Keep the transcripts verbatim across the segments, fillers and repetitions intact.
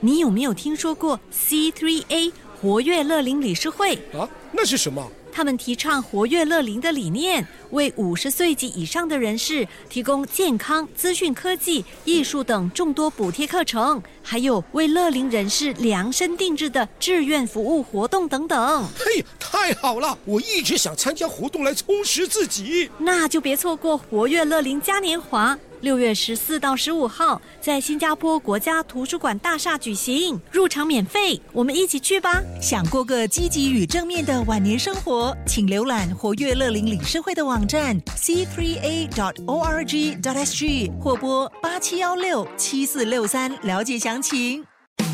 你有没有听说过 C 三 A 活跃乐龄理事会啊？那是什么？ 他们提倡活跃乐龄的理念，为五十岁及以上的人士提供健康、资讯科技、艺术等众多补贴课程，还有为乐龄人士量身定制的志愿服务活动等等。 嘿，太好了！我一直想参加活动来充实自己。 那就别错过活跃乐龄嘉年华，六月十四到十五号在新加坡国家图书馆大厦举行，入场免费，我们一起去吧。 想过个积极与正面的晚年生活，请浏览活跃乐龄理事会的网站 c 三 a 点 org 点 s g 或拨八七一六七四六三了解详情。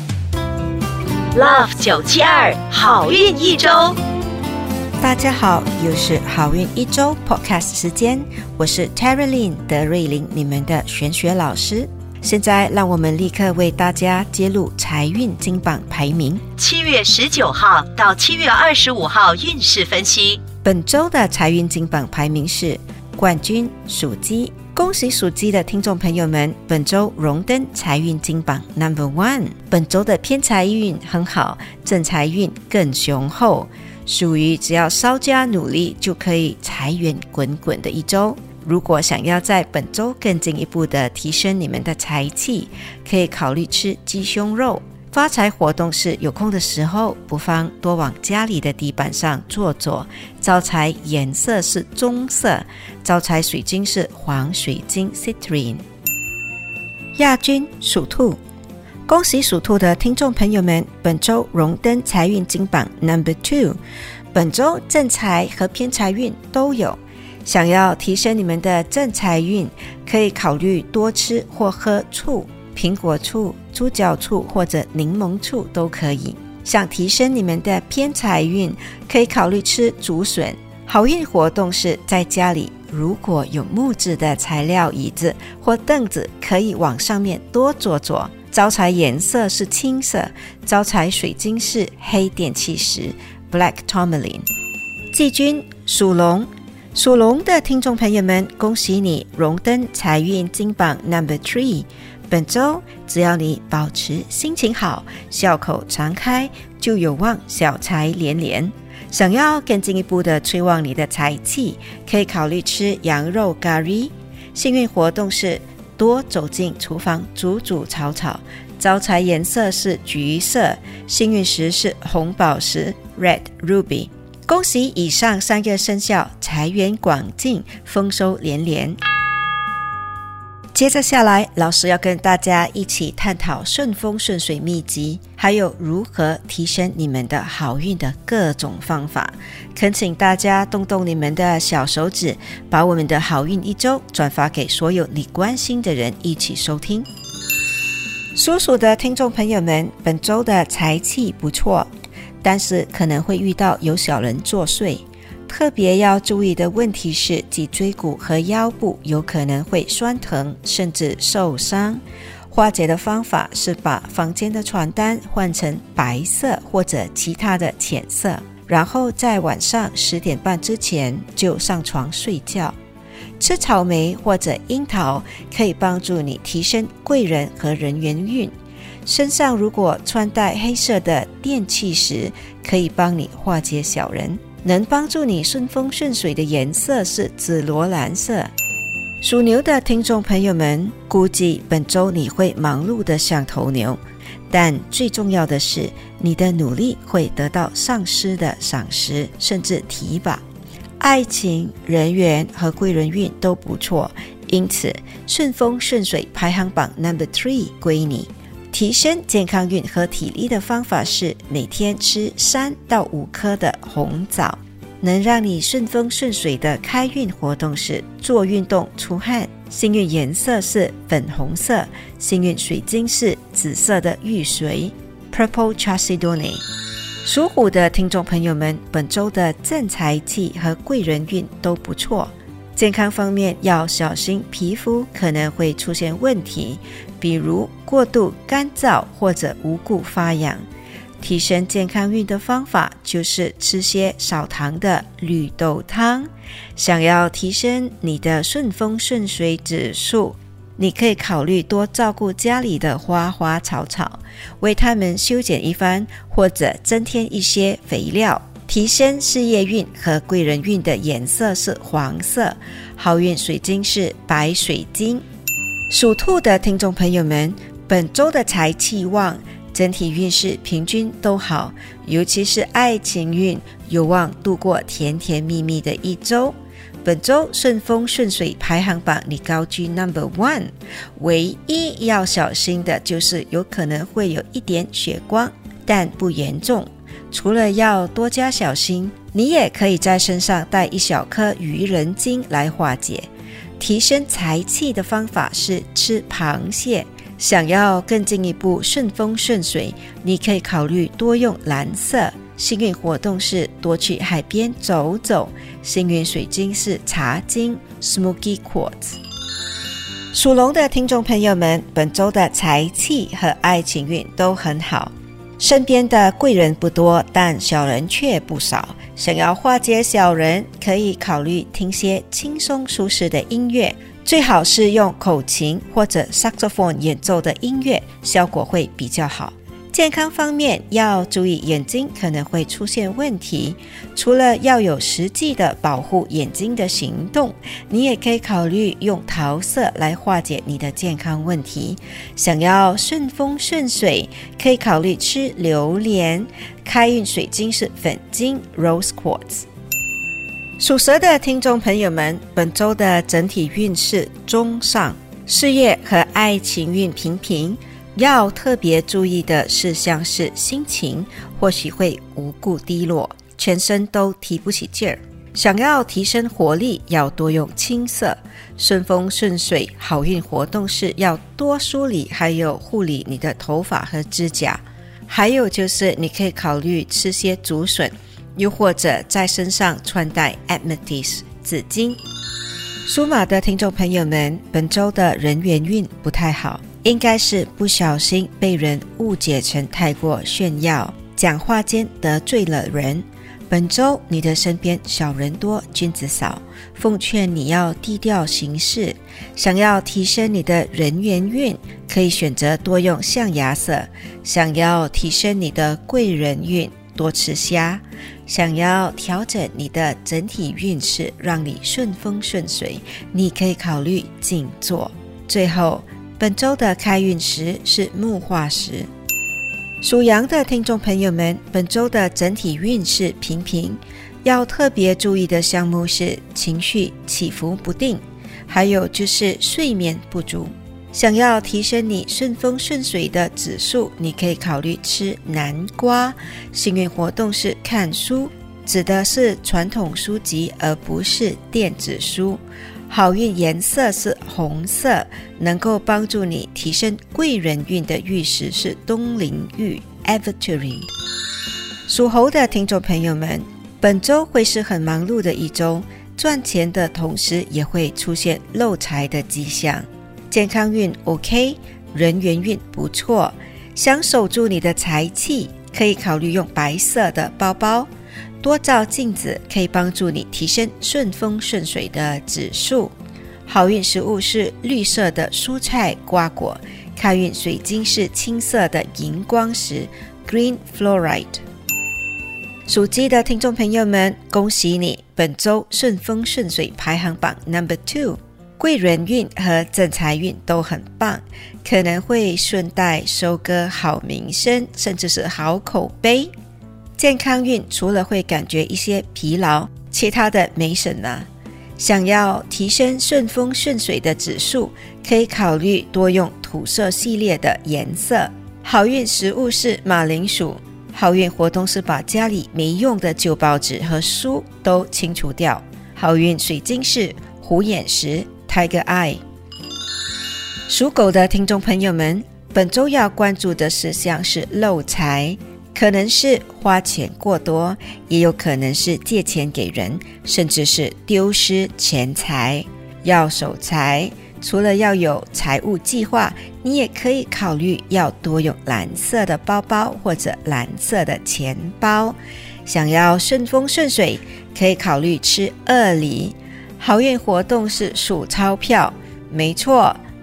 Love 九七二好运一周， 大家好，又是好运一周 Podcast 时间，我是 Tara Lin 德瑞琳，你们的玄学老师。现在让我们立刻为大家揭露财运金榜排名。 七月十九号到七月二十五号运势分析。 本周的财运金榜排名是冠军属鸡，恭喜属鸡的听众朋友们，本周荣登财运金榜 Number One。本周的偏财运很好，正财运更雄厚，属于只要稍加努力就可以财源滚滚的一周。如果想要在本周更进一步的提升你们的财气，可以考虑吃鸡胸肉。发财活动是有空的时候不妨多往家里的地板上坐坐，招财颜色是棕色，招财水晶是黄水晶 Citrine。 亚军属兔，恭喜属兔的听众朋友们，本周荣登财运金榜 Number Two。 本周正财和偏财运都有，想要提升你们的正财运，可以考虑多吃或喝醋，苹果醋、猪脚醋或者柠檬醋都可以。想提升你们的偏财运，可以考虑吃竹笋。好运活动是在家里如果有木质的材料椅子或凳子，可以往上面多坐坐。招财颜色是青色，招财水晶是黑电气石 Black Tourmaline。 季军属龙，属龙的听众朋友们，恭喜你荣登财运金榜 Number Three。 本周只要你保持心情好，笑口常开，就有望小财连连。想要更进一步的催旺你的财气，可以考虑吃羊肉咖喱。幸运活动是多走进厨房煮煮炒炒，招财颜色是橘色，幸运石是红宝石 Red Ruby。 恭喜以上三个生肖财源广进，丰收连连。接着下来，老师要跟大家一起探讨顺风顺水秘籍，还有如何提升你们的好运的各种方法。恳请大家动动你们的小手指，把我们的好运一周转发给所有你关心的人一起收听。属鼠的听众朋友们，本周的财气不错，但是可能会遇到有小人作祟。特别要注意的问题是，脊椎骨和腰部有可能会酸疼甚至受伤。化解的方法是把房间的床单换成白色或者其他的浅色，然后在晚上十点半之前就上床睡觉。吃草莓或者樱桃可以帮助你提升贵人和人缘运。身上如果穿戴黑色的电气石，可以帮你化解小人。能帮助你顺风顺水的颜色是紫罗兰色。属牛的听众朋友们，估计本周你会忙碌的像头牛，但最重要的是你的努力会得到上司的赏识甚至提拔。爱情、人缘和贵人运都不错，因此顺风顺水排行榜 Number Three 归你。提升健康运和体力的方法是每天吃三到五颗的红枣。能让你顺风顺水的开运活动是做运动出汗。幸运颜色是粉红色，幸运水晶是紫色的玉髓 Purple Chalcedony。 属虎的听众朋友们，本周的正财气和贵人运都不错。健康方面要小心皮肤可能会出现问题，比如过度干燥或者无故发痒。提升健康运的方法就是吃些少糖的绿豆汤。想要提升你的顺风顺水指数， 你可以考虑多照顾家里的花花草草，为它们修剪一番，或者增添一些肥料。提升事业运和贵人运的颜色是黄色，好运水晶是白水晶。属兔的听众朋友们，本周的财气旺，整体运势平均都好，尤其是爱情运有望度过甜甜蜜蜜的一周。本周顺风顺水排行榜你高居 number one， 唯一要小心的就是有可能会有一点血光，但不严重。除了要多加小心，你也可以在身上带一小颗愚人金来化解。提升财气的方法是吃螃蟹。想要更进一步顺风顺水，你可以考虑多用蓝色。幸运活动是多去海边走走。幸运水晶是茶晶 Smoky Quartz。 属龙的听众朋友们，本周的财气和爱情运都很好，身边的贵人不多，但小人却不少。想要化解小人，可以考虑听些轻松舒适的音乐，最好是用口琴或者 saxophone 演奏的音乐，效果会比较好。健康方面要注意眼睛可能会出现问题，除了要有实际的保护眼睛的行动，你也可以考虑用桃色来化解你的健康问题。想要顺风顺水，可以考虑吃榴莲。开运水晶是粉晶 Rose Quartz。 属蛇的听众朋友们，本周的整体运势中上，事业和爱情运平平。要特别注意的事项是心情或许会无故低落，全身都提不起劲儿。想要提升活力，要多用青色。顺风顺水好运活动是要多梳理还有护理你的头发和指甲。还有就是你可以考虑吃些竹笋，又或者在身上穿戴 amethyst 紫金。属马的听众朋友们，本周的人缘运不太好，应该是不小心被人误解成太过炫耀，讲话间得罪了人。本周你的身边小人多，君子少，奉劝你要低调行事。想要提升你的人缘运，可以选择多用象牙色。想要提升你的贵人运，多吃虾。想要调整你的整体运势，让你顺风顺水，你可以考虑静坐。最后，本周的开运石是木化石。属羊的听众朋友们，本周的整体运势平平，要特别注意的项目是情绪起伏不定，还有就是睡眠不足。想要提升你顺风顺水的指数，你可以考虑吃南瓜。幸运活动是看书，指的是传统书籍而不是电子书。好运颜色是红色，能够帮助你提升贵人运的玉石是东陵玉 Aventurine。 属猴的听众朋友们，本周会是很忙碌的一周，赚钱的同时也会出现漏财的迹象。健康运 OK， 人缘运不错。想守住你的财气，可以考虑用白色的包包。多照镜子可以帮助你提升顺风顺水的指数。好运食物是绿色的蔬菜瓜果。开运水晶是青色的荧光石 Green Fluorite。 属鸡的听众朋友们，恭喜你，本周顺风顺水排行榜 number two， 贵人运和正财运都很棒，可能会顺带收割好名声，甚至是好口碑。健康运除了会感觉一些疲劳，其他的没什么。想要提升顺风顺水的指数，可以考虑多用土色系列的颜色。好运食物是马铃薯。好运活动是把家里没用的旧报纸和书都清除掉。好运水晶是虎眼石 Tiger Eye。 属狗的听众朋友们，本周要关注的事项是漏财，可能是花钱过多，也有可能是借钱给人，甚至是丢失钱财。要守财，除了要有财务计划，你也可以考虑要多用蓝色的包包或者蓝色的钱包。想要顺风顺水，可以考虑吃鳄梨。好运活动是数钞票，没错，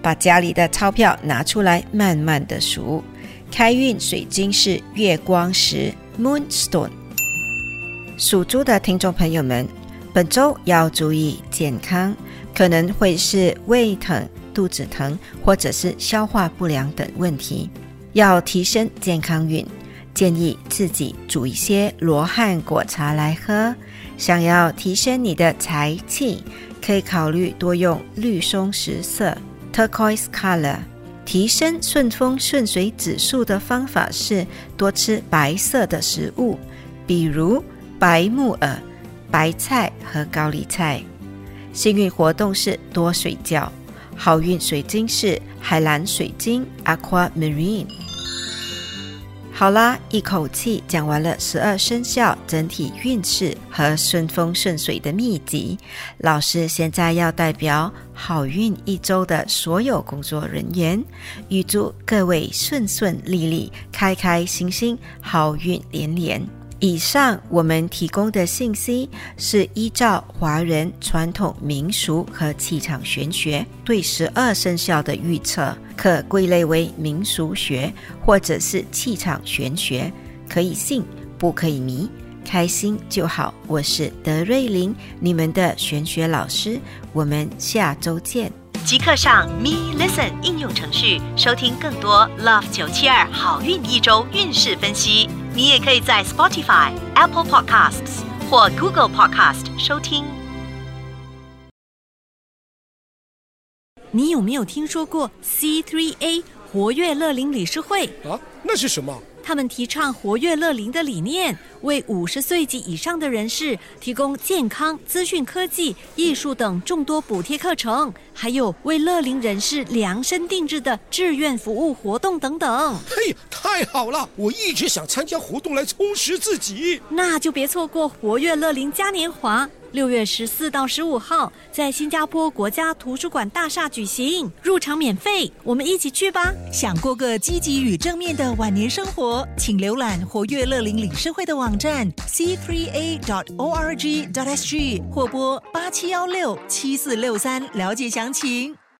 把家里的钞票拿出来慢慢的数。开运水晶是月光石 Moonstone。 属猪的听众朋友们，本周要注意健康，可能会是胃疼、肚子疼或者是消化不良等问题。要提升健康运，建议自己煮一些罗汉果茶来喝。想要提升你的财气，可以考虑多用绿松石色 Turquoise Color。 提升顺风顺水指数的方法是多吃白色的食物，比如白木耳、白菜和高丽菜。幸运活动是多睡觉。好运水晶是海蓝水晶 Aquamarine。 好啦，一口气讲完了十二生肖整体运势和顺风顺水的秘籍。老师现在要代表好运一周的所有工作人员，预祝各位顺顺利利，开开心心，好运连连。以上我们提供的信息是依照华人传统民俗和气场玄学对十二生肖的预测，可归类为民俗学或者是气场玄学，可以信不可以迷，开心就好。我是德瑞琳，你们的玄学老师，我们下周见。 即刻上 Me Listen 应用程序收听更多 Love 九七二好运一周运势分析。你也可以在 Spotify、Apple Podcasts 或 Google Podcast 收听。 你有没有听说过 C 三 A 活跃乐龄理事会啊？那是什么？ 他们提倡活跃乐龄的理念，为五十岁及以上的人士提供健康、资讯科技、艺术等众多补贴课程，还有为乐龄人士量身定制的志愿服务活动等等。 嘿，太好了！我一直想参加活动来充实自己。 那就别错过活跃乐龄嘉年华，六月十四到十五号在新加坡国家图书馆大厦举行，入场免费，我们一起去吧。 想过个积极与正面的晚年生活，请浏览活跃乐龄理事会的网站 C 三 A dot org dot S G 或拨八七一六七四六三了解详情。